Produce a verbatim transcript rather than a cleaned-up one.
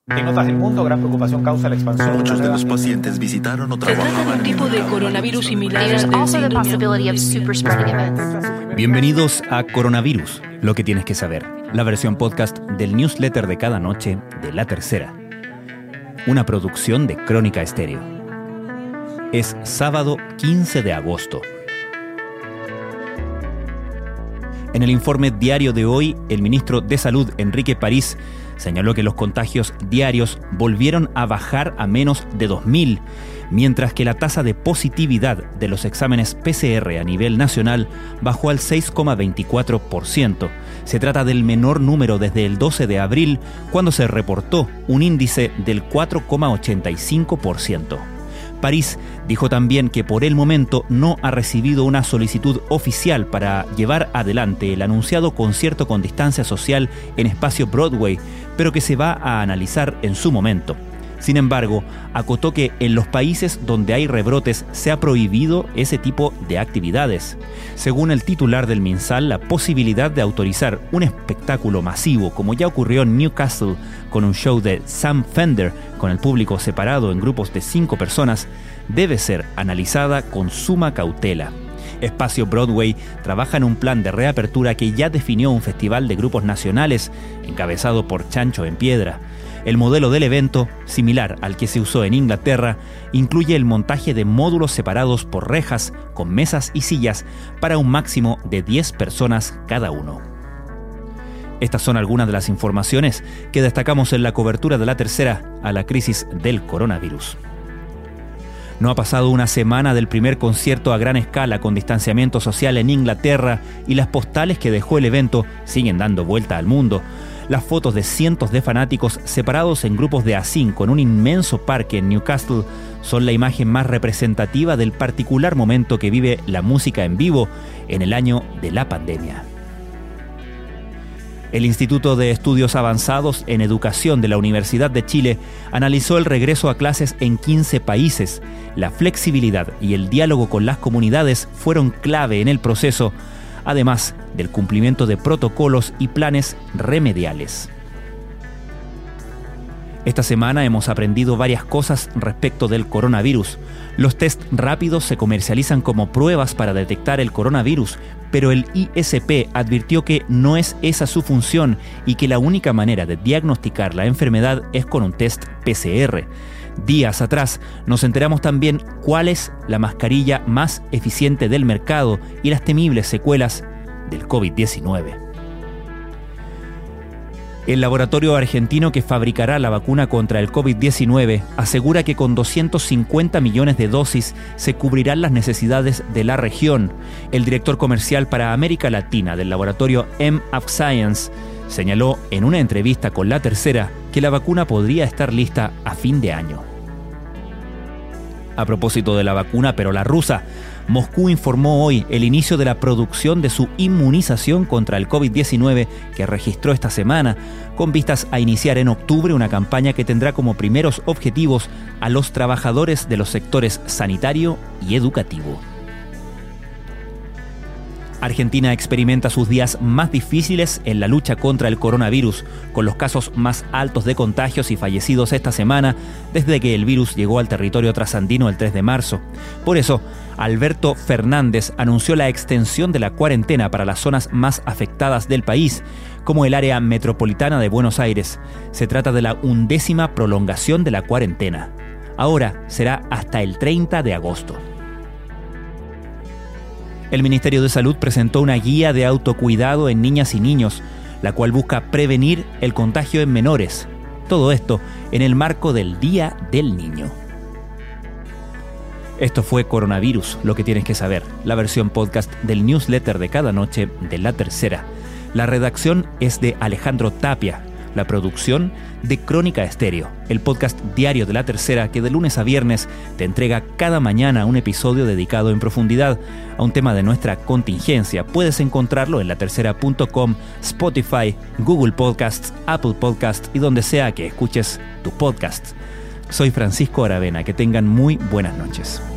En otras del mundo, gran preocupación causa la expansión. Muchos de los pacientes visitaron o trabajaban. Se trata de un tipo de coronavirus similar al de síndrome. Bienvenidos a Coronavirus, lo que tienes que saber. La versión podcast del newsletter de cada noche de La Tercera. Una producción de Crónica Estéreo. Es sábado quince de agosto. En el informe diario de hoy, el ministro de Salud, Enrique París, señaló que los contagios diarios volvieron a bajar a menos de dos mil, mientras que la tasa de positividad de los exámenes P C R a nivel nacional bajó al seis coma veinticuatro por ciento. Se trata del menor número desde el doce de abril, cuando se reportó un índice del cuatro coma ochenta y cinco por ciento. París dijo también que por el momento no ha recibido una solicitud oficial para llevar adelante el anunciado concierto con distancia social en Espacio Broadway, pero que se va a analizar en su momento. Sin embargo, acotó que en los países donde hay rebrotes se ha prohibido ese tipo de actividades. Según el titular del MinSal, la posibilidad de autorizar un espectáculo masivo, como ya ocurrió en Newcastle con un show de Sam Fender, con el público separado en grupos de cinco personas, debe ser analizada con suma cautela. Espacio Broadway trabaja en un plan de reapertura que ya definió un festival de grupos nacionales, encabezado por Chancho en Piedra. El modelo del evento, similar al que se usó en Inglaterra, incluye el montaje de módulos separados por rejas con mesas y sillas para un máximo de diez personas cada uno. Estas son algunas de las informaciones que destacamos en la cobertura de La Tercera a la crisis del coronavirus. No ha pasado una semana del primer concierto a gran escala con distanciamiento social en Inglaterra y las postales que dejó el evento siguen dando vuelta al mundo. Las fotos de cientos de fanáticos separados en grupos de a cinco en un inmenso parque en Newcastle son la imagen más representativa del particular momento que vive la música en vivo en el año de la pandemia. El Instituto de Estudios Avanzados en Educación de la Universidad de Chile analizó el regreso a clases en quince países. La flexibilidad y el diálogo con las comunidades fueron clave en el proceso, además del cumplimiento de protocolos y planes remediales. Esta semana hemos aprendido varias cosas respecto del coronavirus. Los test rápidos se comercializan como pruebas para detectar el coronavirus, pero el I S P advirtió que no es esa su función y que la única manera de diagnosticar la enfermedad es con un test P C R. Días atrás nos enteramos también cuál es la mascarilla más eficiente del mercado y las temibles secuelas del COVID diecinueve. El laboratorio argentino que fabricará la vacuna contra el COVID diecinueve asegura que con doscientos cincuenta millones de dosis se cubrirán las necesidades de la región. El director comercial para América Latina del laboratorio M A F Science señaló en una entrevista con La Tercera que la vacuna podría estar lista a fin de año. A propósito de la vacuna, pero la rusa, Moscú informó hoy el inicio de la producción de su inmunización contra el COVID diecinueve que registró esta semana, con vistas a iniciar en octubre una campaña que tendrá como primeros objetivos a los trabajadores de los sectores sanitario y educativo. Argentina experimenta sus días más difíciles en la lucha contra el coronavirus, con los casos más altos de contagios y fallecidos esta semana desde que el virus llegó al territorio trasandino el tres de marzo. Por eso, Alberto Fernández anunció la extensión de la cuarentena para las zonas más afectadas del país, como el área metropolitana de Buenos Aires. Se trata de la undécima prolongación de la cuarentena. Ahora será hasta el treinta de agosto. El Ministerio de Salud presentó una guía de autocuidado en niñas y niños, la cual busca prevenir el contagio en menores. Todo esto en el marco del Día del Niño. Esto fue Coronavirus, lo que tienes que saber, la versión podcast del newsletter de cada noche de La Tercera. La redacción es de Alejandro Tapia, la producción de Crónica Estéreo, el podcast diario de La Tercera que de lunes a viernes te entrega cada mañana un episodio dedicado en profundidad a un tema de nuestra contingencia. Puedes encontrarlo en la tercera punto com, Spotify, Google Podcasts, Apple Podcasts y donde sea que escuches tus podcasts. Soy Francisco Aravena, que tengan muy buenas noches.